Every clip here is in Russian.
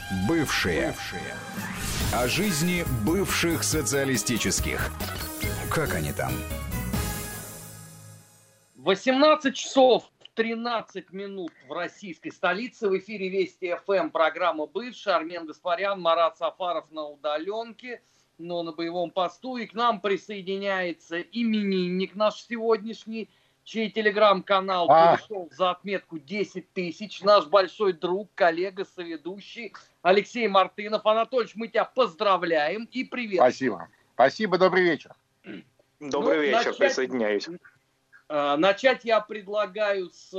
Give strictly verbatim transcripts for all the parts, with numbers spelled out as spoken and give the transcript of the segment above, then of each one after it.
Бывшие. Бывшие. О жизни бывших социалистических. Как они там? восемнадцать часов тринадцать минут в российской столице. В эфире Вести ФМ, программа «Бывшие». Армен Гаспарян, Марат Сафаров на удаленке, но на боевом посту. И к нам присоединяется именинник наш сегодняшний, чей телеграм-канал а. перешел за отметку десять тысяч. Наш большой друг, коллега, соведущий Алексей Мартынов. Анатольевич, мы тебя поздравляем и приветствуем. Спасибо. Спасибо, добрый вечер. Добрый ну, вечер, начать... присоединяюсь. Начать я предлагаю с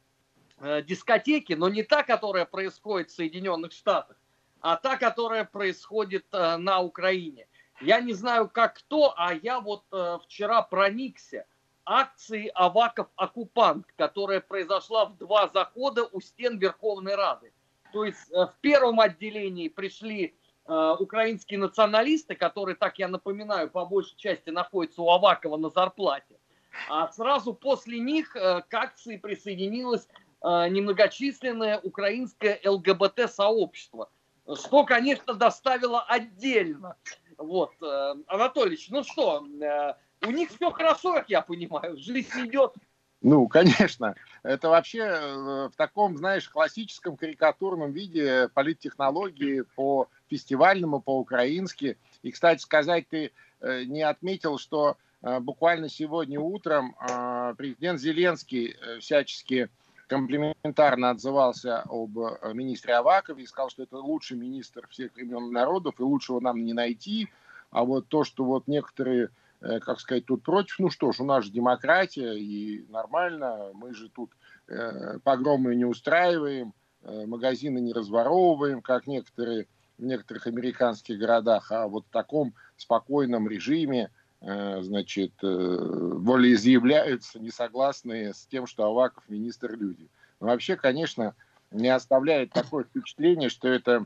э, дискотеки, но не та, которая происходит в Соединенных Штатах, а та, которая происходит э, на Украине. Я не знаю, как кто, а я вот э, вчера проникся акцией «Аваков-оккупант», которая произошла в два захода у стен Верховной Рады. То есть э, в первом отделении пришли э, украинские националисты, которые, так я напоминаю, по большей части находятся у Авакова на зарплате. А сразу после них э, к акции присоединилось э, немногочисленное украинское ЛГБТ-сообщество, что, конечно, доставило отдельно. Вот, э, Анатольевич, ну что, э, у них все хорошо, как я понимаю, жизнь идет. Ну, конечно, это вообще э, в таком, знаешь, классическом карикатурном виде политтехнологии по фестивальному, по-украински. И, кстати сказать, ты э, не отметил, что буквально сегодня утром президент Зеленский всячески комплиментарно отзывался об министре Авакове и сказал, что это лучший министр всех времен и народов, и лучшего нам не найти. А вот то, что вот некоторые, как сказать, тут против, ну что ж, у нас же демократия, и нормально, мы же тут погромы не устраиваем, магазины не разворовываем, как некоторые в некоторых американских городах, а вот в таком спокойном режиме, значит, волеизъявляются несогласные с тем, что Аваков министр люди. Но вообще, конечно, не оставляет такое впечатление, что это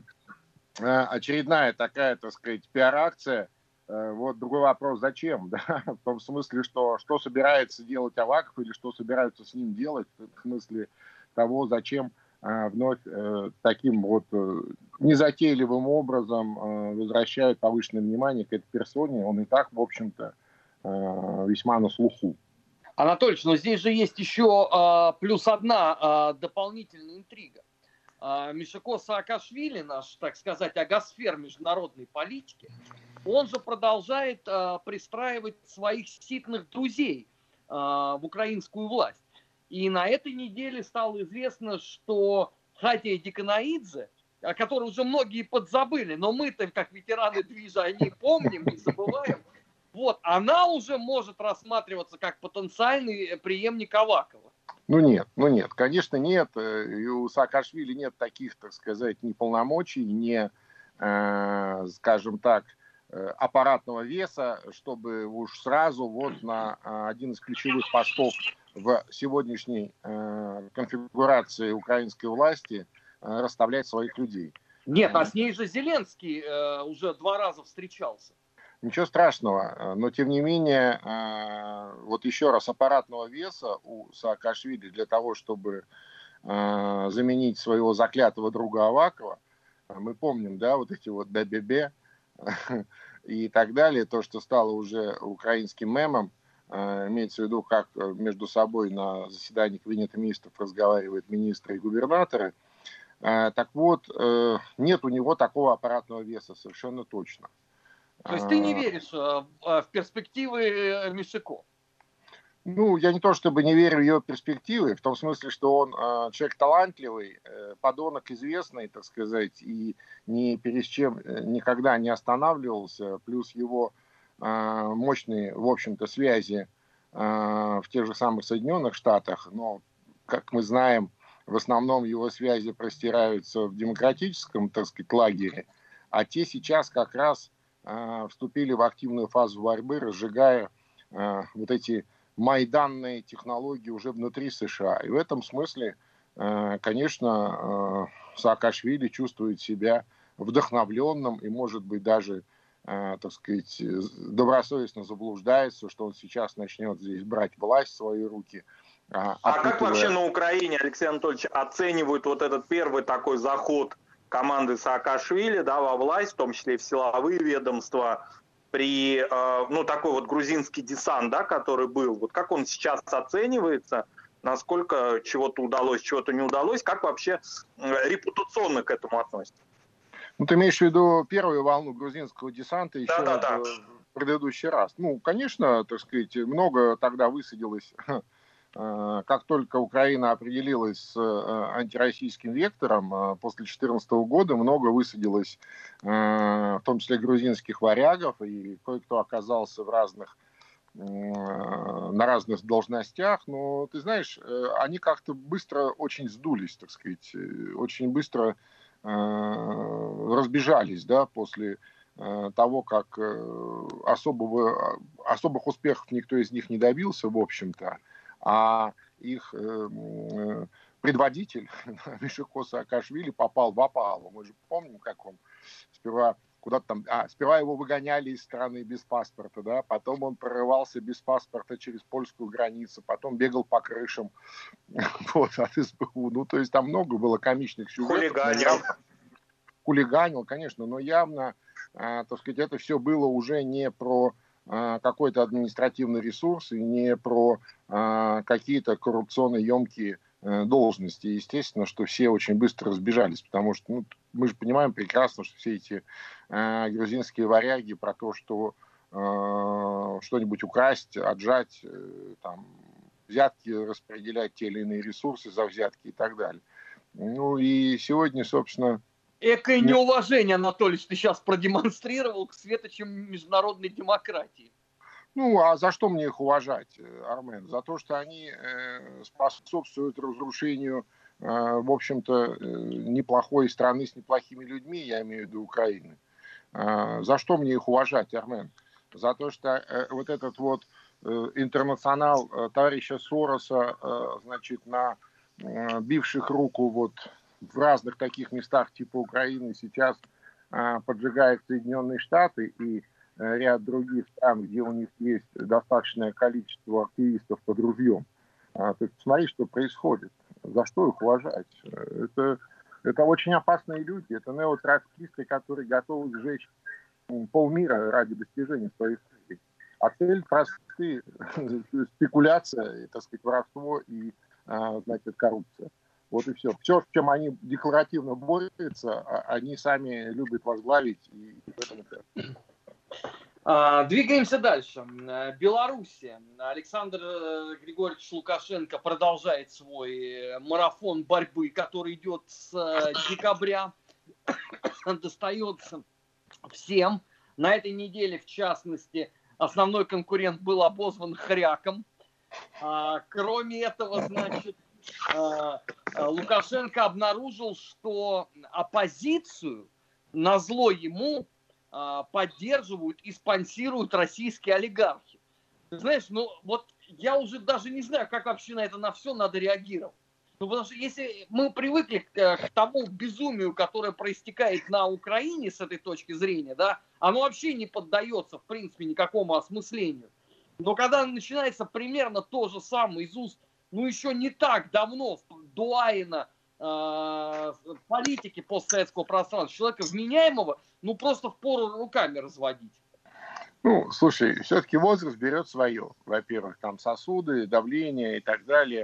очередная такая, так сказать, пиар-акция. Вот другой вопрос, зачем? Да? В том смысле, что что собирается делать Аваков или что собираются с ним делать, в смысле того, зачем вновь таким вот незатейливым образом возвращают повышенное внимание к этой персоне. Он и так, в общем-то, весьма на слуху. Анатольевич, но здесь же есть еще а, плюс одна а, дополнительная интрига. А, Мишико Саакашвили, наш, так сказать, агосфер международной политики, он же продолжает а, пристраивать своих ситных друзей а, в украинскую власть. И на этой неделе стало известно, что Хатия Диканаидзе, о которой уже многие подзабыли, но мы-то, как ветераны движа, о ней помним, не забываем, вот, она уже может рассматриваться как потенциальный преемник Авакова. Ну нет, ну нет, конечно нет. И у Саакашвили нет таких, так сказать, ни полномочий, ни, э, скажем так, аппаратного веса, чтобы уж сразу вот на один из ключевых постов в сегодняшней э, конфигурации украинской власти э, расставлять своих людей. Нет, а с ней же Зеленский э, уже два раза встречался. Ничего страшного, но тем не менее, э, вот еще раз, аппаратного веса у Саакашвили для того, чтобы э, заменить своего заклятого друга Авакова, мы помним, да, вот эти вот ДББ и так далее, то, что стало уже украинским мемом, имеется в виду, как между собой на заседании Кабинета министров разговаривают министры и губернаторы. Так вот, нет у него такого аппаратного веса, совершенно точно. То есть ты не веришь в перспективы Мишико? Ну, я не то чтобы не верю в ее перспективы, в том смысле, что он э, человек талантливый, э, подонок известный, так сказать, и ни перед чем никогда не останавливался, плюс его э, мощные, в общем-то, связи э, в тех же самых Соединенных Штатах, но, как мы знаем, в основном его связи простираются в демократическом, так сказать, лагере, а те сейчас как раз э, вступили в активную фазу борьбы, разжигая э, вот эти майданные технологии уже внутри США. И в этом смысле, конечно, Саакашвили чувствует себя вдохновленным и, может быть, даже, так сказать, добросовестно заблуждается, что он сейчас начнет здесь брать власть в свои руки. А как вообще на Украине, Алексей Анатольевич, оценивают вот этот первый такой заход команды Саакашвили, да, во власть, в том числе и в силовые ведомства, при, э, ну, такой вот грузинский десант, да, который был. Вот как он сейчас оценивается, насколько чего-то удалось, чего-то не удалось, как вообще э, репутационно к этому относится? Ну, ты имеешь в виду первую волну грузинского десанта еще да, да, да. в предыдущий раз? Ну, конечно, так сказать, много тогда высадилось. Как только Украина определилась с антироссийским вектором, после две тысячи четырнадцатого года много высадилось, в том числе грузинских варягов, и кое-кто оказался в разных, на разных должностях. Но, ты знаешь, они как-то быстро очень сдулись, так сказать, очень быстро разбежались, да, после того, как особого, особых успехов никто из них не добился, в общем-то. А их э, предводитель Мишико Саакашвили попал в опалу. Мы же помним, как он сперва куда-то там... А, сперва его выгоняли из страны без паспорта, да, потом он прорывался без паспорта через польскую границу, потом бегал по крышам вот, от СБУ. Ну, то есть там много было комичных сюжетов. Хулиганил. Хулиганил, конечно, но явно, э, так сказать, это все было уже не про какой-то административный ресурс и не про а, какие-то коррупционно емкие а, должности. И естественно, что все очень быстро разбежались, потому что ну, мы же понимаем прекрасно, что все эти а, грузинские варяги про то, что а, что-нибудь украсть, отжать, а, там, взятки распределять, те или иные ресурсы за взятки и так далее. Ну и сегодня, собственно... Экое неуважение, Анатольевич, ты сейчас продемонстрировал к светочам международной демократии. Ну, а за что мне их уважать, Армен? За то, что они э, способствуют разрушению, э, в общем-то, э, неплохой страны с неплохими людьми, я имею в виду Украины. Э, за что мне их уважать, Армен? За то, что э, вот этот вот э, интернационал э, товарища Сороса, э, значит, на э, бивших руку вот в разных таких местах типа Украины сейчас а, поджигает Соединенные Штаты и а, ряд других стран, где у них есть достаточное количество активистов под ружьем. А, то есть посмотри, что происходит. За что их уважать? Это, это очень опасные люди. Это неотроцкисты, которые готовы сжечь полмира ради достижения своих целей. А цель простые. Спекуляция, так сказать, воровство и, а, значит, коррупция. Вот и все. Все, с чем они декларативно борются, они сами любят возглавить. И в этом а, двигаемся дальше. Белоруссия. Александр Григорьевич Лукашенко продолжает свой марафон борьбы, который идет с декабря. Достается всем. На этой неделе, в частности, основной конкурент был обозван хряком. А, кроме этого, значит, Лукашенко обнаружил, что оппозицию, назло ему, поддерживают и спонсируют российские олигархи. Ты знаешь, ну вот я уже даже не знаю, как вообще на это на все надо реагировать. Ну потому что если мы привыкли к, к тому безумию, которое проистекает на Украине с этой точки зрения, да, оно вообще не поддается, в принципе, никакому осмыслению. Но когда начинается примерно то же самое из уст ну, еще не так давно дуаина э, политики постсоветского пространства, человека вменяемого, ну, просто впору руками разводить. Ну, слушай, все-таки возраст берет свое. Во-первых, там сосуды, давление и так далее.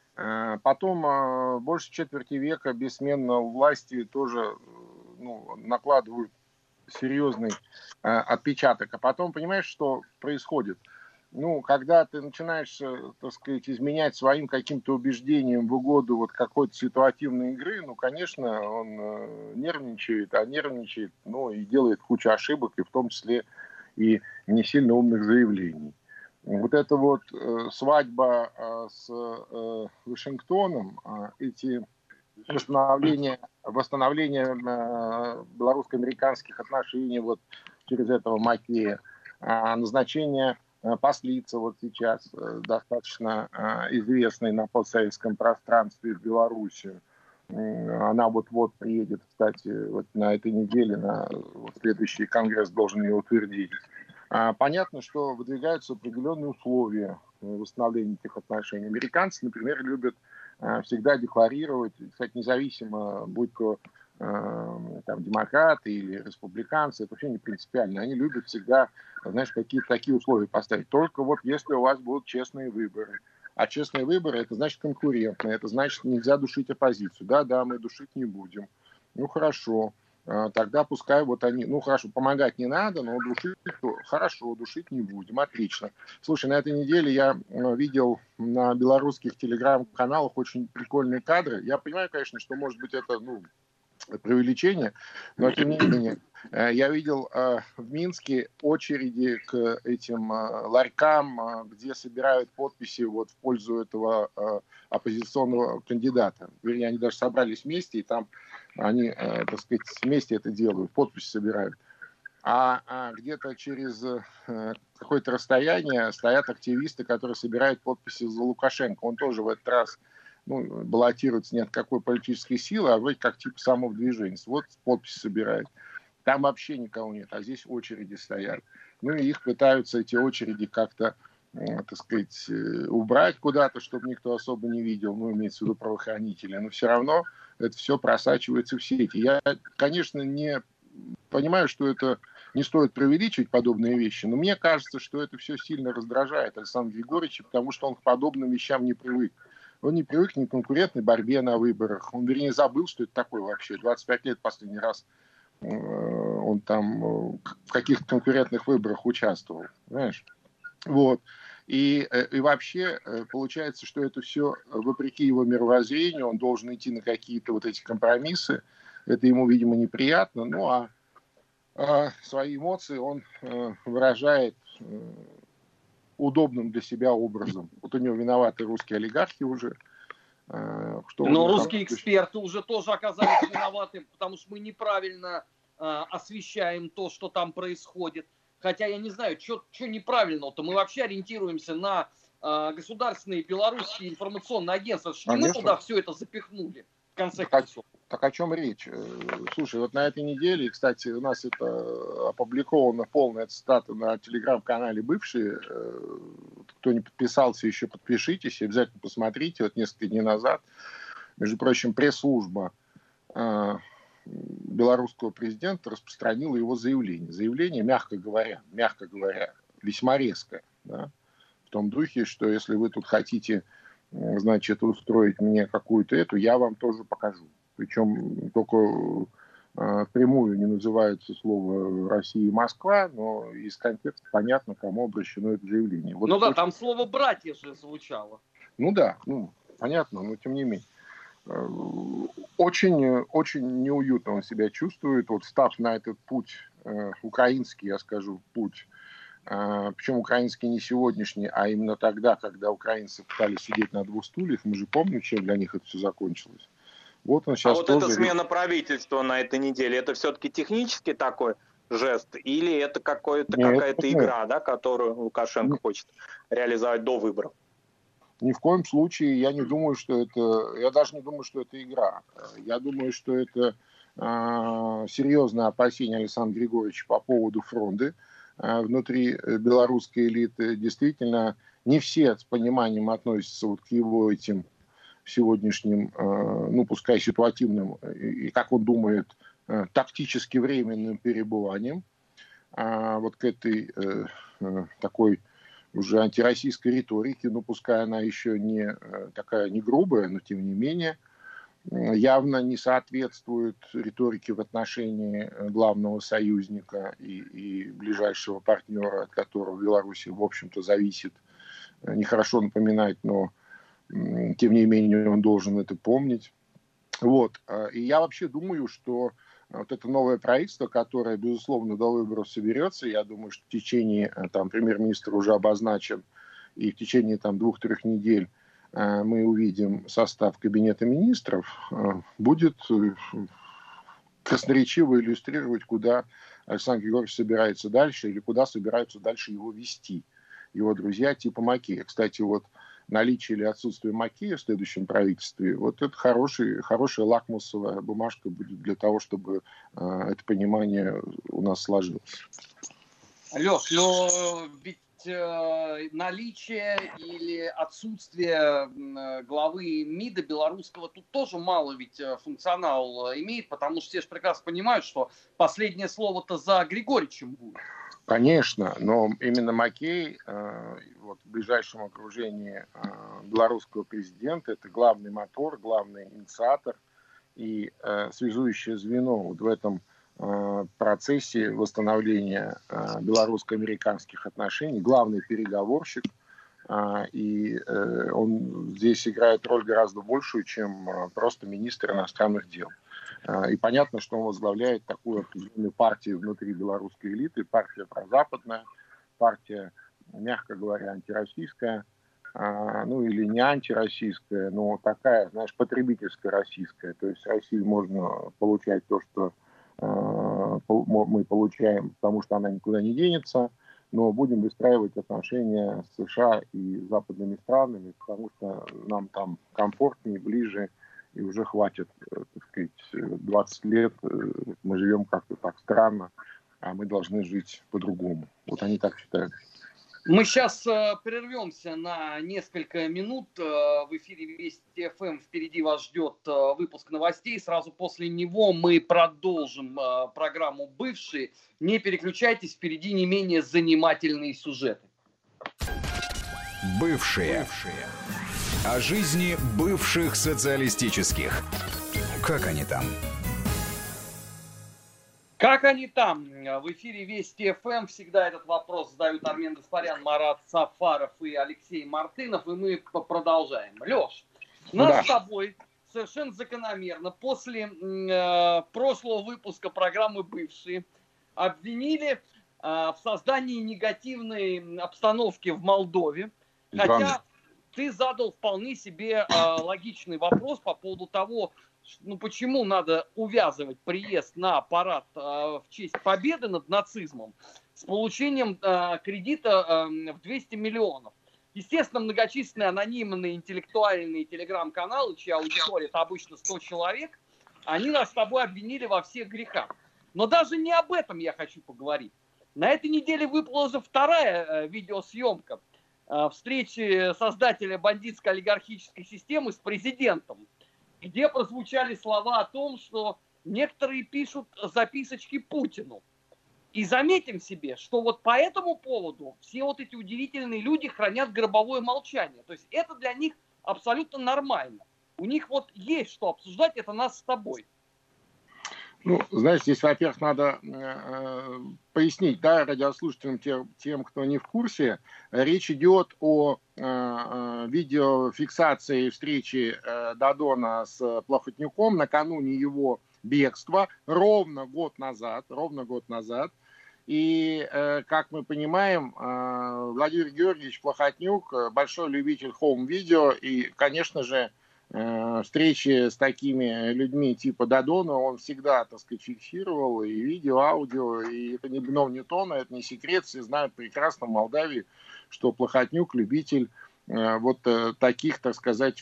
Потом больше четверти века бессменно у власти тоже ну, накладывают серьезный отпечаток. А потом, понимаешь, что происходит? Ну, когда ты начинаешь, так сказать, изменять своим каким-то убеждениям в угоду вот какой-то ситуативной игры, ну, конечно, он э, нервничает, а нервничает, ну, и делает кучу ошибок, и в том числе и не сильно умных заявлений. Вот эта вот э, свадьба э, с э, Вашингтоном, э, эти восстановления, восстановление э, белорусско-американских отношений вот через этого Макея, э, назначение послица вот сейчас достаточно известной на постсоветском пространстве в Белоруссию. Она вот-вот приедет, кстати, вот на этой неделе, на вот следующий конгресс должен ее утвердить. Понятно, что выдвигаются определенные условия восстановления этих отношений. Американцы, например, любят всегда декларировать, кстати, независимо, будь то там, демократы или республиканцы, это вообще не принципиально. Они любят всегда, знаешь, какие-то такие условия поставить. Только вот если у вас будут честные выборы. А честные выборы, это значит конкурентные, это значит нельзя душить оппозицию. Да, да, мы душить не будем. Ну, хорошо. Тогда пускай вот они, ну хорошо, помогать не надо, но душить, хорошо, душить не будем, отлично. Слушай, на этой неделе я видел на белорусских телеграм-каналах очень прикольные кадры. Я понимаю, конечно, что может быть это, ну, преувеличение, но тем не менее, я видел в Минске очереди к этим ларькам, где собирают подписи вот в пользу этого оппозиционного кандидата. Вернее, они даже собрались вместе, и там они, так сказать, вместе это делают, подписи собирают. А, а где-то через какое-то расстояние стоят активисты, которые собирают подписи за Лукашенко. Он тоже в этот раз, ну, баллотируется ни от какой политической силы, а вроде как типа самовдвиженец. Вот подписи собирает. Там вообще никого нет, а здесь очереди стоят. Ну и их пытаются, эти очереди, как-то, так сказать, убрать куда-то, чтобы никто особо не видел, ну, имеется в виду правоохранители. Но все равно это все просачивается в сети. Я, конечно, не понимаю, что это не стоит преувеличивать подобные вещи, но мне кажется, что это все сильно раздражает Александра Григорьевича, потому что он к подобным вещам не привык. Он не привык ни к конкурентной борьбе на выборах. Он, вернее, забыл, что это такое вообще. двадцать пять лет последний раз он там в каких-то конкурентных выборах участвовал. Знаешь? Вот. И, и вообще получается, что это все вопреки его мировоззрению. Он должен идти на какие-то вот эти компромиссы. Это ему, видимо, неприятно. Ну, а, а свои эмоции он выражает удобным для себя образом. Вот у него виноваты русские олигархи уже. Что Но русские там... эксперты уже тоже оказались виноваты, потому что мы неправильно э, освещаем то, что там происходит. Хотя я не знаю, что неправильного-то. Мы вообще ориентируемся на э, государственные белорусские информационные агентства. Что мы туда все это запихнули, в конце концов. Так о чем речь? Слушай, вот на этой неделе, кстати, у нас это опубликована полная цитата на телеграм-канале «Бывшие». Кто не подписался, еще подпишитесь, обязательно посмотрите. Вот несколько дней назад, между прочим, пресс-служба белорусского президента распространила его заявление. Заявление, мягко говоря, мягко говоря, весьма резкое. Да? В том духе, что если вы тут хотите, значит, устроить мне какую-то эту, я вам тоже покажу. Причем только э, прямую не называется слово «Россия» и «Москва», но из контекста понятно, кому обращено это заявление. Вот ну да, очень... там слово «братья» же звучало. Ну да, ну, понятно, но тем не менее. Э, очень, очень неуютно он себя чувствует, вот став на этот путь, э, украинский, я скажу, путь. Э, причем украинский не сегодняшний, а именно тогда, когда украинцы пытались сидеть на двух стульях. Мы же помним, чем для них это все закончилось. Вот он сейчас а вот тоже... эта смена правительства на этой неделе, это все-таки технический такой жест или это какое-то, какая-то игра, да, которую Лукашенко нет. хочет реализовать до выборов? Ни в коем случае я не думаю, что это... Я даже не думаю, что это игра. Я думаю, что это э, серьезное опасение Александра Григорьевича по поводу фронта э, внутри белорусской элиты. Действительно, не все с пониманием относятся вот к его этим сегодняшним, ну, пускай ситуативным, и, как он думает, тактически временным перебыванием, вот к этой такой уже антироссийской риторике, ну, пускай она еще не такая, не грубая, но тем не менее, явно не соответствует риторике в отношении главного союзника и, и ближайшего партнера, от которого Беларусь, в общем-то, зависит. Нехорошо напоминать, но тем не менее, он должен это помнить. Вот. И я вообще думаю, что вот это новое правительство, которое, безусловно, до выборов соберется, я думаю, что в течение, там, премьер-министр уже обозначен, и в течение там двух-трех недель мы увидим состав кабинета министров, будет красноречиво иллюстрировать, куда Александр Григорьевич собирается дальше, или куда собираются дальше его вести его друзья типа Макея. Кстати, вот наличие или отсутствие Макея в следующем правительстве, вот это хороший, хорошая лакмусовая бумажка будет для того, чтобы э, это понимание у нас сложилось. Леш, но ведь есть э, наличие или отсутствие э, главы МИДа белорусского тут тоже мало ведь э, функционал имеет, потому что все же прекрасно понимают, что последнее слово-то за Григорьевичем будет. Конечно, но именно Макей э, вот, в ближайшем окружении э, белорусского президента это главный мотор, главный инициатор и э, связующее звено вот в этом э, процессе восстановления э, белорусско-американских отношений, главный переговорщик. Э, и э, он здесь играет роль гораздо большую, чем э, просто министр иностранных дел. И понятно, что он возглавляет такую определенную партию внутри белорусской элиты, партия прозападная, партия, мягко говоря, антироссийская, ну или не антироссийская, но такая, знаешь, потребительская российская. То есть в России можно получать то, что мы получаем, потому что она никуда не денется, но будем выстраивать отношения с США и западными странами, потому что нам там комфортнее, ближе, и уже хватит, так сказать, двадцать лет мы живем как-то так странно, а мы должны жить по-другому. Вот они так считают. Мы сейчас э, прервемся на несколько минут. Э, в эфире Вести эф эм впереди вас ждет э, выпуск новостей. Сразу после него мы продолжим э, программу «Бывшие». Не переключайтесь, впереди не менее занимательные сюжеты. Бывшие. О жизни бывших социалистических. Как они там? Как они там? В эфире Вести эф эм всегда этот вопрос задают Армен Гаспарян, Марат Сафаров и Алексей Мартынов. И мы продолжаем. Леш, нас да. с тобой совершенно закономерно после э, прошлого выпуска программы «Бывшие» обвинили э, в создании негативной обстановки в Молдове. Хотя ты задал вполне себе э, логичный вопрос по поводу того, ну почему надо увязывать приезд на парад э, в честь победы над нацизмом с получением э, кредита э, в двести миллионов. Естественно, многочисленные анонимные интеллектуальные телеграм-каналы, чья аудитория это обычно сто человек, они нас с тобой обвинили во всех грехах. Но даже не об этом я хочу поговорить. На этой неделе выплыла уже вторая э, видеосъемка э, встречи создателя бандитской олигархической системы с президентом, где прозвучали слова о том, что некоторые пишут записочки Путину. И заметим себе, что вот по этому поводу все вот эти удивительные люди хранят гробовое молчание. То есть это для них абсолютно нормально. У них вот есть что обсуждать, это нас с тобой. Ну, знаешь, здесь, во-первых, надо э, пояснить, да, радиослушателям, тем, тем, кто не в курсе, речь идет о э, видеофиксации встречи э, Додона с Плохотнюком накануне его бегства ровно год назад, ровно год назад. И, э, как мы понимаем, э, Владимир Георгиевич Плохотнюк большой любитель хоум-видео и, конечно же, встречи с такими людьми типа Додона он всегда, так сказать, фиксировал и видео, аудио, и это не дно, не тона, это не секрет, все знают прекрасно в Молдавии, что Плохотнюк любитель вот таких, так сказать,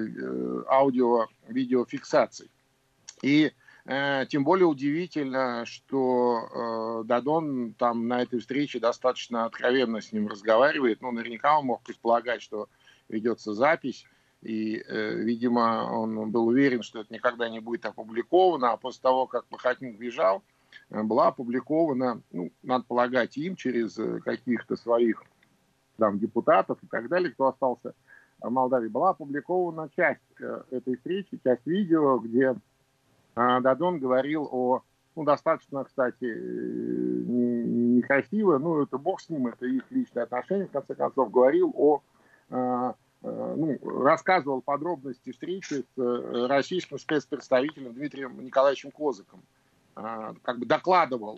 аудио-видеофиксаций. И тем более удивительно, что Додон там на этой встрече достаточно откровенно с ним разговаривает, ну, наверняка он мог предполагать, что ведется запись. И, э, видимо, он был уверен, что это никогда не будет опубликовано. А после того, как Плохотнюк бежал, была опубликована, ну, надо полагать, им через каких-то своих там депутатов и так далее, кто остался в Молдавии, была опубликована часть э, этой встречи, часть видео, где э, Додон говорил о, ну, достаточно, кстати, некрасиво, ну, это бог с ним, это их личные отношения, в конце концов, говорил о... Э, Ну, рассказывал подробности встречи с российским спецпредставителем Дмитрием Николаевичем Козыком. Как бы докладывал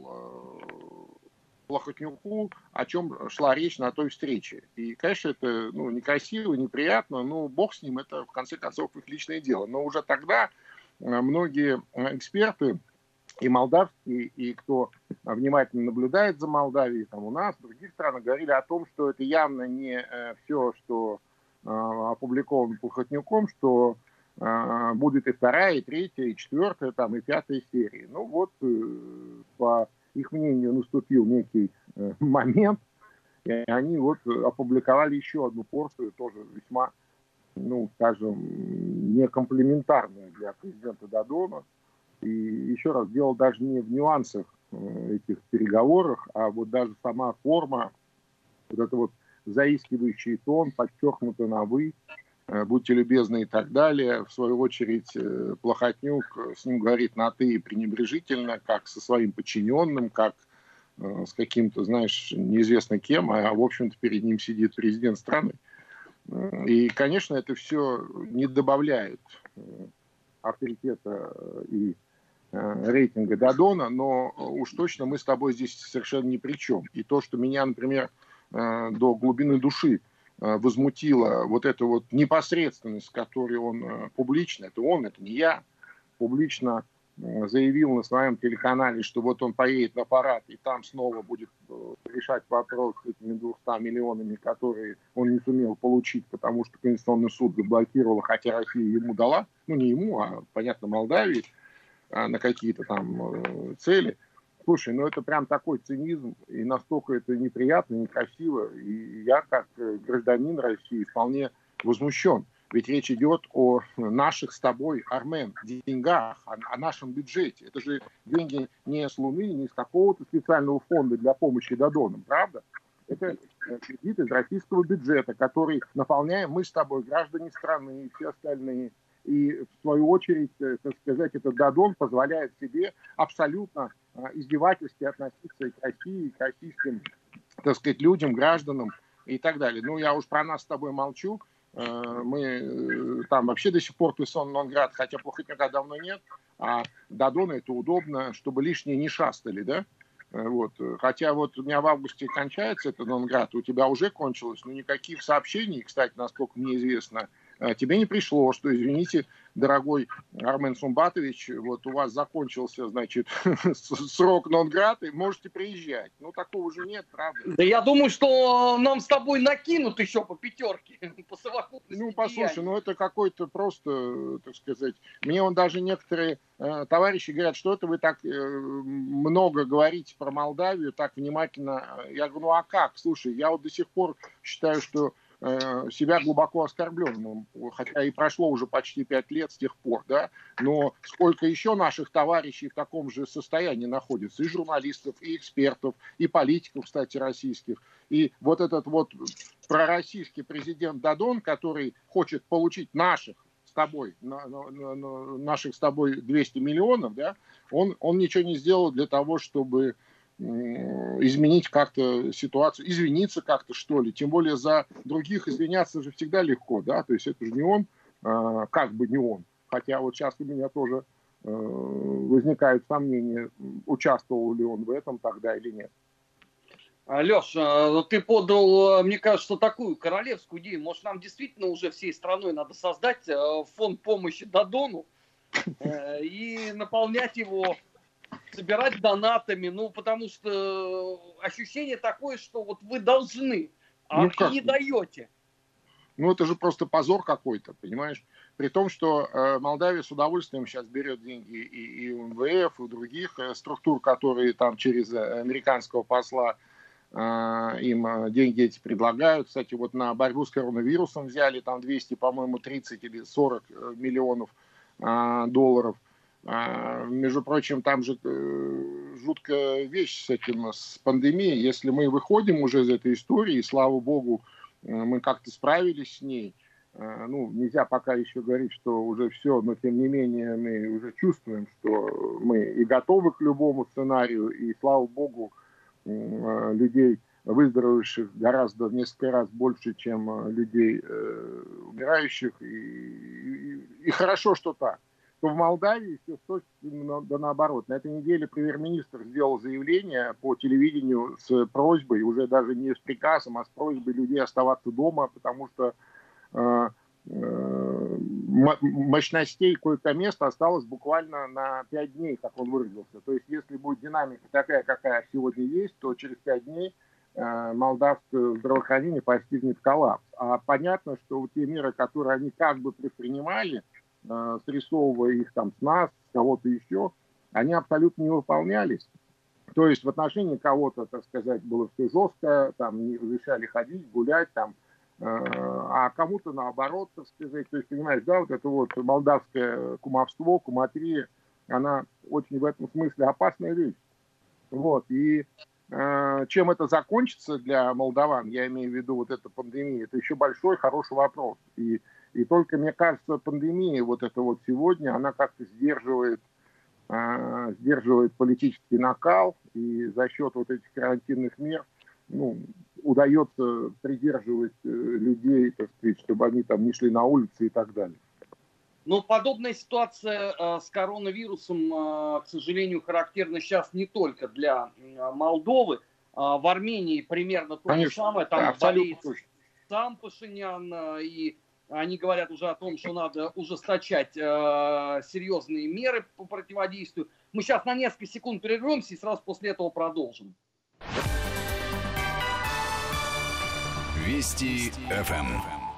Плохотнюку, о чем шла речь на той встрече. И, конечно, это, ну, некрасиво, неприятно, но бог с ним, это в конце концов их личное дело. Но уже тогда многие эксперты, и молдавские, и кто внимательно наблюдает за Молдавией, там у нас, в других странах, говорили о том, что это явно не все, что опубликован Плохотнюком, что э, будет и вторая, и третья, и четвертая, там, и пятая серии. Ну вот, э, по их мнению, наступил некий э, момент, И они вот опубликовали еще одну порцию, тоже весьма, ну, скажем, некомплиментарную для президента Додона. И еще раз, дело даже не в нюансах этих переговорах, а вот даже сама форма, вот это вот заискивающий тон, подчеркнуто на «вы», будьте любезны и так далее. В свою очередь Плохотнюк с ним говорит на «ты» пренебрежительно, как со своим подчиненным, как с каким-то, знаешь, неизвестно кем, а в общем-то перед ним сидит президент страны. И, конечно, это все не добавляет авторитета и рейтинга Додона, но уж точно мы с тобой здесь совершенно ни при чем. И то, что меня, например, до глубины души возмутила вот эта вот непосредственность, с которой он публично, это он, это не я, публично заявил на своем телеканале, что вот он поедет на парад и там снова будет решать вопрос с этими двумястами миллионами, которые он не сумел получить, потому что Конституционный суд заблокировал, хотя Россия ему дала, ну не ему, а, понятно, Молдавии, на какие-то там цели. Слушай, ну это прям такой цинизм, и настолько это неприятно, некрасиво, и я, как гражданин России, вполне возмущен. Ведь речь идет о наших с тобой, Армен, деньгах, о, о нашем бюджете. Это же деньги не с Луны, не с какого-то специального фонда для помощи Додонам, правда? Это кредит из российского бюджета, который наполняем мы с тобой, граждане страны и все остальные. И в свою очередь, так сказать, этот Додон позволяет себе абсолютно издевательски относиться к России, к российским, так сказать, людям, гражданам и так далее. Ну, я уж про нас с тобой молчу. Мы там вообще до сих пор персона нон грата, хотя Плохотнюка давно нет, а Додону это удобно, чтобы лишние не шастали, да? Вот. Хотя вот у меня в августе кончается это нон грата, у тебя уже кончилось, но никаких сообщений, кстати, насколько мне известно, тебе не пришло, что, извините, дорогой Армен Сумбатович, вот у вас закончился, значит, срок нон-граты, можете приезжать. Ну, такого же нет, правда? Да я думаю, что нам с тобой накинут еще по пятерке, по совокупности. Ну, послушай, ну это какой-то просто, так сказать, мне он даже некоторые э, товарищи говорят, что это вы так э, много говорите про Молдавию, так внимательно. Я говорю, ну а как? Слушай, я вот до сих пор считаю, что себя глубоко оскорбленным, хотя и прошло уже почти пять лет с тех пор, да, но сколько еще наших товарищей в таком же состоянии находится, и журналистов, и экспертов, и политиков, кстати, российских, и вот этот вот пророссийский президент Додон, который хочет получить наших с тобой, на, на, на, наших с тобой двести миллионов, да, он, он ничего не сделал для того, чтобы изменить как-то ситуацию, извиниться как-то, что ли. Тем более за других извиняться же всегда легко, да, то есть это же не он, как бы не он. Хотя вот сейчас у меня тоже возникают сомнения, участвовал ли он в этом тогда или нет. Леш, ты подал, мне кажется, такую королевскую идею. Может, нам действительно уже всей страной надо создать фонд помощи Додону и наполнять его, собирать донатами, ну, потому что ощущение такое, что вот вы должны, а ну, не даете. Ну, это же просто позор какой-то, понимаешь? При том, что э, Молдавия с удовольствием сейчас берет деньги и, и у эм вэ эф, и у других э, структур, которые там через американского посла э, им деньги эти предлагают. Кстати, вот на борьбу с коронавирусом взяли там двести, по-моему, тридцать или сорок миллионов э, долларов. А, между прочим, там же э, жуткая вещь с этим, с пандемией. Если мы выходим уже из этой истории, и, слава богу, э, мы как-то справились с ней, э, ну, нельзя пока еще говорить, что уже все, но тем не менее мы уже чувствуем, что мы и готовы к любому сценарию, и, слава богу, э, людей, выздоровевших гораздо в несколько раз больше, чем людей э, умирающих, и, и, и хорошо, что так. То в Молдавии все точно да наоборот. На этой неделе премьер-министр сделал заявление по телевидению с просьбой, уже даже не с приказом, а с просьбой людей оставаться дома, потому что э, э, мощностей койко-мест осталось буквально на пять дней, как он выразился. То есть если будет динамика такая, какая сегодня есть, то через пять дней э, молдавское здравоохранение постигнет коллапс. А понятно, что те меры, которые они как бы предпринимали, срисовывая их там с нас, с кого-то еще, они абсолютно не выполнялись. То есть в отношении кого-то, так сказать, было все жестко, там не разрешали ходить, гулять, там, э, а кому-то наоборот, так сказать, то есть, понимаешь, да, вот это вот молдавское кумовство, куматрия, она очень в этом смысле опасная вещь. Вот, и э, чем это закончится для молдаван, я имею в виду вот эта пандемия, это еще большой, хороший вопрос. И, и только, мне кажется, пандемия вот эта вот сегодня, она как-то сдерживает, э, сдерживает политический накал, и за счет вот этих карантинных мер, ну, удается придерживать э, людей, так сказать, чтобы они там не шли на улицы и так далее. Но подобная ситуация э, с коронавирусом, э, к сожалению, характерна сейчас не только для э, Молдовы. Э, в Армении примерно то же самое. Там да, болеет сам Пашинян, э, и они говорят уже о том, что надо ужесточать э, серьезные меры по противодействию. Мы сейчас на несколько секунд прервемся и сразу после этого продолжим. Вести эф эм.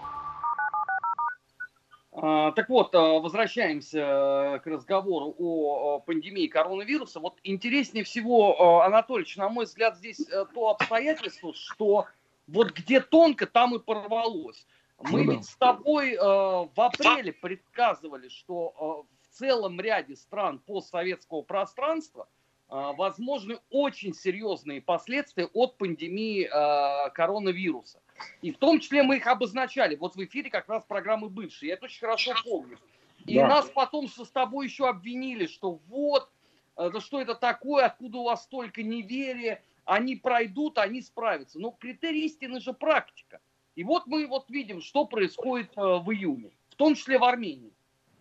Так вот, возвращаемся к разговору о пандемии коронавируса. Вот интереснее всего, Анатольевич, на мой взгляд, здесь то обстоятельство, что вот где тонко, там и порвалось. Мы ну, ведь да. с тобой в апреле предсказывали, что в целом ряде стран постсоветского пространства возможны очень серьезные последствия от пандемии коронавируса. И в том числе мы их обозначали. Вот в эфире как раз программы «Бывшие». Я это очень хорошо помню. И да. Нас потом с тобой еще обвинили, что вот, да что это такое, откуда у вас столько неверия, они пройдут, они справятся. Но критерий истины же практика. И вот мы вот видим, что происходит в июне, в том числе в Армении.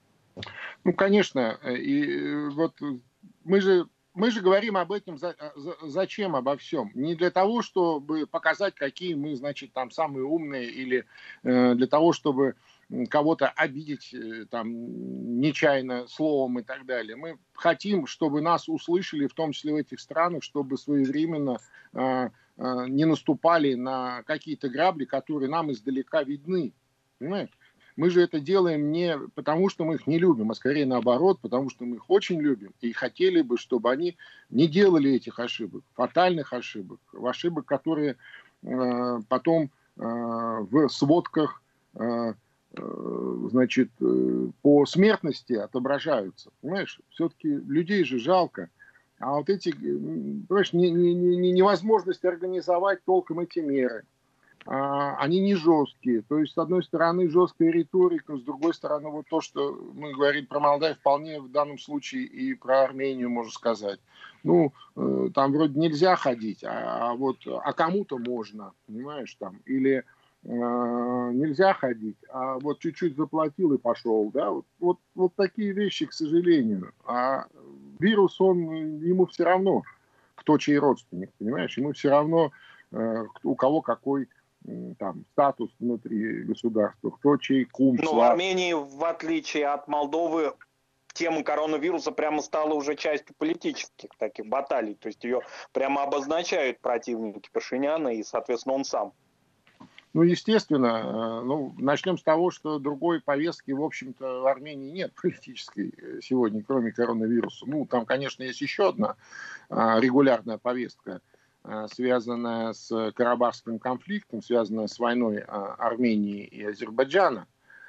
Ну, конечно. И вот мы же... Мы же говорим об этом за, за, зачем обо всем? Не для того, чтобы показать, какие мы, значит, там самые умные, или э, для того, чтобы кого-то обидеть э, там нечаянно словом и так далее. Мы хотим, чтобы нас услышали, в том числе в этих странах, чтобы своевременно э, э, не наступали на какие-то грабли, которые нам издалека видны. Понимаете? Мы же это делаем не потому, что мы их не любим, а скорее наоборот, потому что мы их очень любим и хотели бы, чтобы они не делали этих ошибок, фатальных ошибок, ошибок, которые э, потом э, в сводках э, э, значит, э, по смертности отображаются. Понимаешь, все-таки людей же жалко. А вот эти, понимаешь, не, не, не, невозможность организовать толком эти меры. Они не жесткие. То есть, с одной стороны, жесткая риторика, с другой стороны, вот то, что мы говорим про Молдавию, вполне в данном случае и про Армению можно сказать. Ну, там вроде нельзя ходить, а, а вот, а кому-то можно, понимаешь, там, или э, нельзя ходить, а вот чуть-чуть заплатил и пошел, да, вот, вот, вот такие вещи, к сожалению. А вирус, он, ему все равно, кто чей родственник, понимаешь, ему все равно, э, у кого какой там статус внутри государства, кто чей кум. Но в Армении, в отличие от Молдовы, тема коронавируса прямо стала уже частью политических таких баталий. То есть ее прямо обозначают противники Пашиняна и, соответственно, он сам. Ну, естественно. Ну, начнем с того, что другой повестки, в общем-то, в Армении нет политической сегодня, кроме коронавируса. Ну, там, конечно, есть еще одна регулярная повестка, связанная с Карабахским конфликтом, связанная с войной Армении и Азербайджана.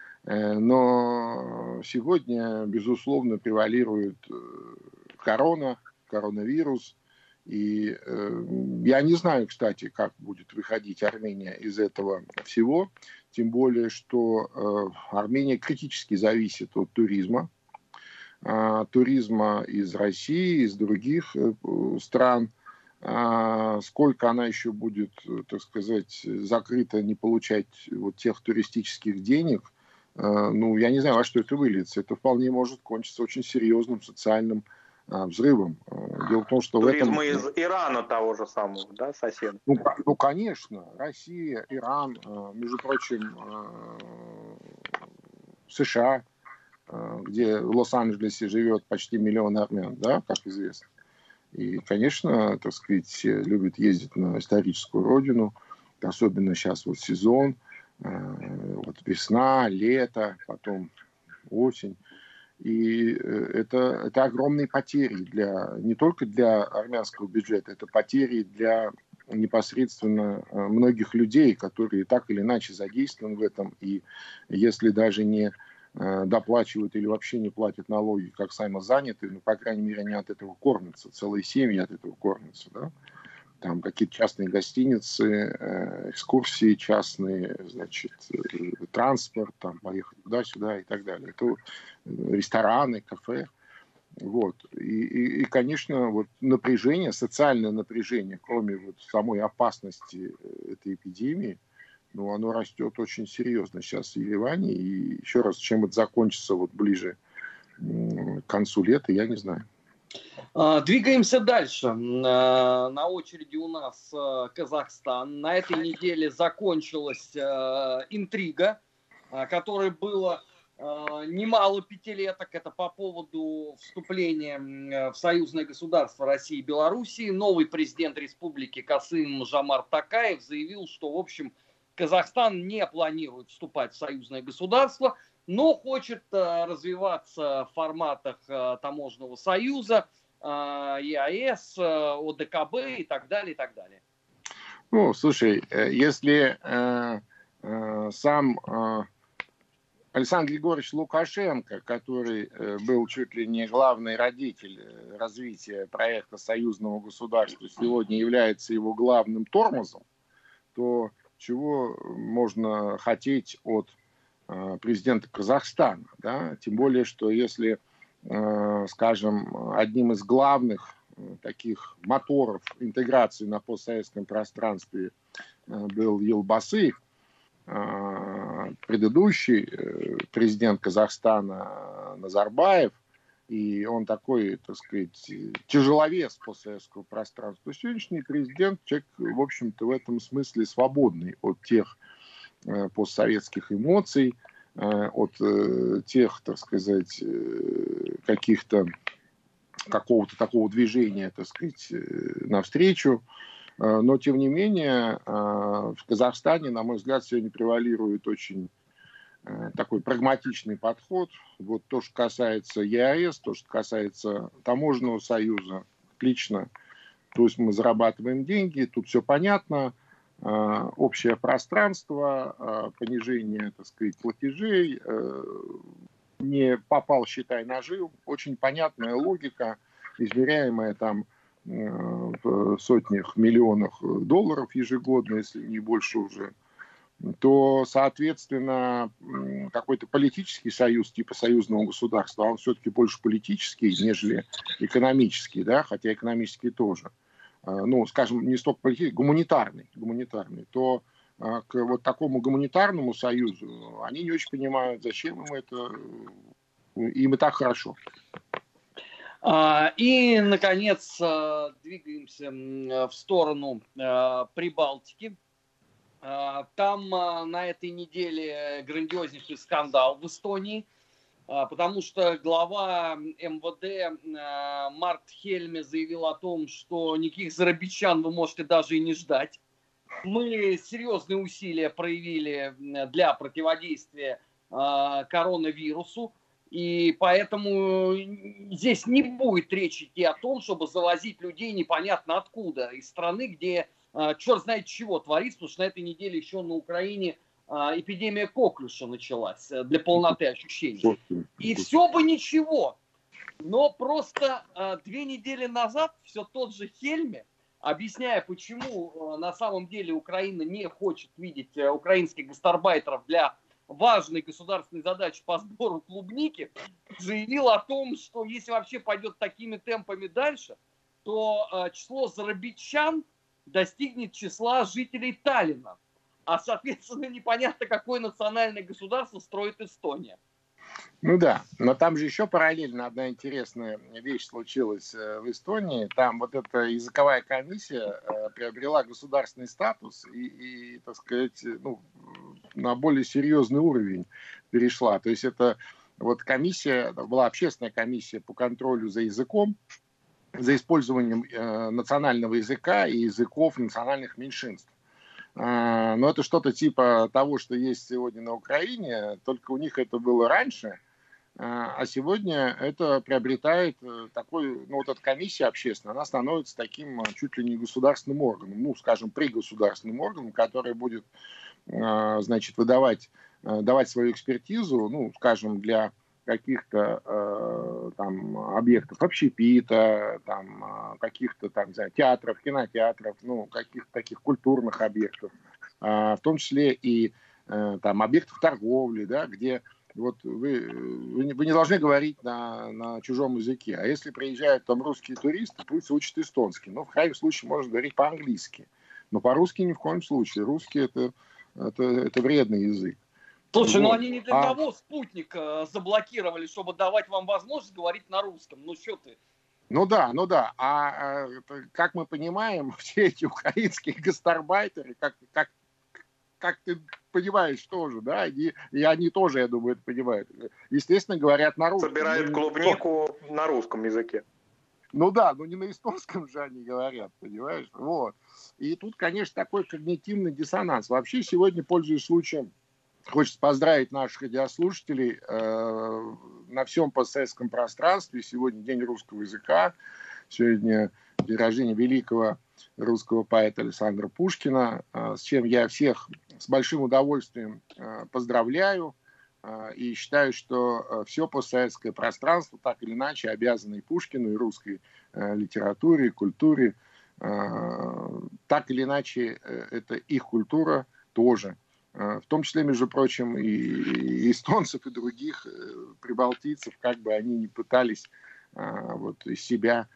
Но сегодня, безусловно, превалирует корона, коронавирус. И я не знаю, кстати, как будет выходить Армения из этого всего. Тем более, что Армения критически зависит от туризма. Туризма из России, из других стран. А сколько она еще будет, так сказать, закрыта, не получать вот тех туристических денег, ну, я не знаю, во что это выльется. Это вполне может кончиться очень серьезным социальным взрывом. Дело в том, что туризм в этом... из Ирана того же самого, да, соседа? Ну, ну, конечно, Россия, Иран, между прочим, США, где в Лос-Анджелесе живет почти миллион армян, да, как известно. И, конечно, так сказать, все любят ездить на историческую родину, особенно сейчас вот сезон, вот весна, лето, потом осень. И это, это огромные потери для, не только для армянского бюджета, это потери для непосредственно многих людей, которые так или иначе задействованы в этом. И если даже не доплачивают или вообще не платят налоги, как самозанятые, ну, по крайней мере, они от этого кормятся, целые семьи от этого кормятся, да. Там какие-то частные гостиницы, экскурсии частные, значит, транспорт, там, поехать туда-сюда и так далее. Это рестораны, кафе. Вот. И, и, и, конечно, вот напряжение, социальное напряжение, кроме вот самой опасности этой эпидемии, ну, оно растет очень серьезно сейчас в Ереване. И еще раз, чем это закончится вот ближе к концу лета, я не знаю. Двигаемся дальше. На очереди у нас Казахстан. На этой неделе закончилась интрига, которой было немало пятилеток. Это по поводу вступления в союзное государство России и Белоруссии. Новый президент республики Касым-Жомарт Токаев заявил, что, в общем, Казахстан не планирует вступать в союзное государство, но хочет развиваться в форматах таможенного союза, ЕАЭС, ОДКБ и так далее, и так далее. Ну, слушай, если э, э, сам э, Александр Григорьевич Лукашенко, который э, был чуть ли не главный родитель развития проекта союзного государства, сегодня является его главным тормозом, то чего можно хотеть от э, президента Казахстана, да? Тем более, что если скажем, одним из главных таких моторов интеграции на постсоветском пространстве был Елбасы, предыдущий президент Казахстана Назарбаев, и он такой, так сказать, тяжеловес постсоветского пространства. Сегодняшний президент, человек, в общем-то, в этом смысле свободный от тех постсоветских эмоций, от тех, так сказать, каких-то какого-то такого движения, так сказать, навстречу. Но, тем не менее, в Казахстане, на мой взгляд, сегодня превалирует очень такой прагматичный подход. Вот то, что касается ЕАЭС, то, что касается таможенного союза, отлично. То есть мы зарабатываем деньги, тут все понятно. Общее пространство, понижение, так сказать, платежей, не попал, считай, нажил. Очень понятная логика, измеряемая там в сотнях миллионах долларов ежегодно, если не больше уже, то, соответственно, какой-то политический союз типа союзного государства, он все-таки больше политический, нежели экономический, да, хотя экономический тоже. Ну, скажем, не столько политический, гуманитарный, гуманитарный, то к вот такому гуманитарному союзу они не очень понимают, зачем им это, им и так хорошо. И, наконец, двигаемся в сторону Прибалтики. Там на этой неделе грандиознейший скандал в Эстонии, потому что глава МВД Март Хельме заявил о том, что никаких зарабичан вы можете даже и не ждать. Мы серьезные усилия проявили для противодействия коронавирусу, и поэтому здесь не будет речи идти о том, чтобы завозить людей непонятно откуда, из страны, где черт знает чего творится, потому что на этой неделе еще на Украине эпидемия коклюша началась для полноты ощущений. И все бы ничего, но просто две недели назад все тот же Хельме, объясняя, почему на самом деле Украина не хочет видеть украинских гастарбайтеров для важной государственной задачи по сбору клубники, заявил о том, что если вообще пойдет такими темпами дальше, то число зарабичан достигнет числа жителей Таллина. А, соответственно, непонятно, какое национальное государство строит Эстония. Ну да, но там же еще параллельно одна интересная вещь случилась в Эстонии. Там вот эта языковая комиссия приобрела государственный статус и, и так сказать, ну, на более серьезный уровень перешла. То есть это вот комиссия, была общественная комиссия по контролю за языком, за использованием э, национального языка и языков национальных меньшинств. Э, но это что-то типа того, что есть сегодня на Украине, только у них это было раньше. А сегодня это приобретает такой, ну вот эта комиссия общественная, она становится таким чуть ли не государственным органом, ну, скажем, пригосударственным органом, который будет, значит, выдавать, давать свою экспертизу, ну, скажем, для каких-то э, там объектов общепита, там каких-то там, не знаю, театров, кинотеатров, ну, каких-то таких культурных объектов, э, в том числе и э, там объектов торговли, да, где вот вы, вы, вы не должны говорить на, на чужом языке, а если приезжают там русские туристы, пусть учат эстонский, но в крайнем случае можно говорить по-английски, но по-русски ни в коем случае, русский это, это, это вредный язык. Слушай, вот. ну они не для а... того спутник э, заблокировали, чтобы давать вам возможность говорить на русском. Ну что ты? Ну да, ну да. А, а как мы понимаем, все эти украинские гастарбайтеры, как, как, как ты понимаешь тоже, да, и, и они тоже, я думаю, это понимают. Естественно, говорят на русском. Собирают клубнику на русском языке. Ну да, но не на эстонском же они говорят, понимаешь? Вот. И тут, конечно, такой когнитивный диссонанс. Вообще сегодня, пользуясь случаем, хочется поздравить наших радиослушателей э, на всем постсоветском пространстве. Сегодня День русского языка. Сегодня день рождения великого русского поэта Александра Пушкина, э, с чем я всех с большим удовольствием э, поздравляю. Э, и считаю, что э, все постсоветское пространство так или иначе обязано и Пушкину, и русской э, литературе, и культуре. Э, так или иначе, э, это их культура тоже. В том числе, между прочим, и эстонцев, и других прибалтийцев, как бы они ни пытались вот, из себя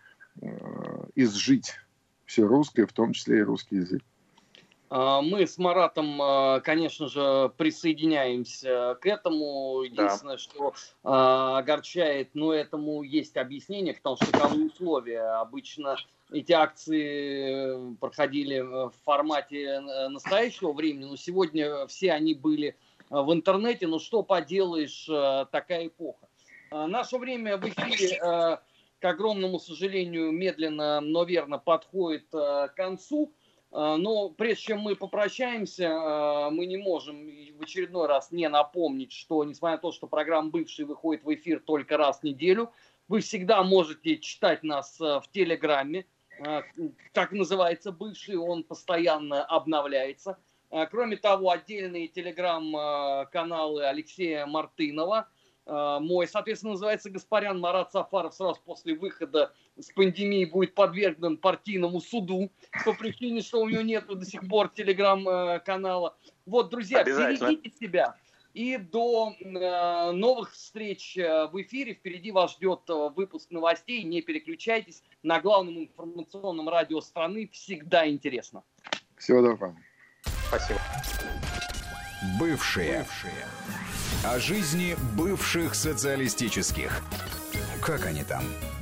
изжить все русское, в том числе и русский язык. Мы с Маратом, конечно же, присоединяемся к этому. Единственное, да. что огорчает, но этому есть объяснение, потому что таковы условия. Обычно эти акции проходили в формате настоящего времени, но сегодня все они были в интернете. Ну что поделаешь, такая эпоха. Наше время в эфире, к огромному сожалению, медленно, но верно подходит к концу. Но прежде чем мы попрощаемся, мы не можем в очередной раз не напомнить, что несмотря на то, что программа «Бывший» выходит в эфир только раз в неделю, вы всегда можете читать нас в Телеграме. Так называется «Бывший», он постоянно обновляется. Кроме того, отдельные телеграм-каналы Алексея Мартынова. Мой, соответственно, называется «Гаспарян». Марат Сафаров сразу после выхода с пандемии будет подвергнут партийному суду по причине, что у него нет до сих пор телеграм-канала. Вот, друзья, берегите себя. И до э, новых встреч в эфире. Впереди вас ждет выпуск новостей. Не переключайтесь. На главном информационном радио страны всегда интересно. Всего доброго. Спасибо. Бывшие. Бывшие. О жизни бывших социалистических. Как они там?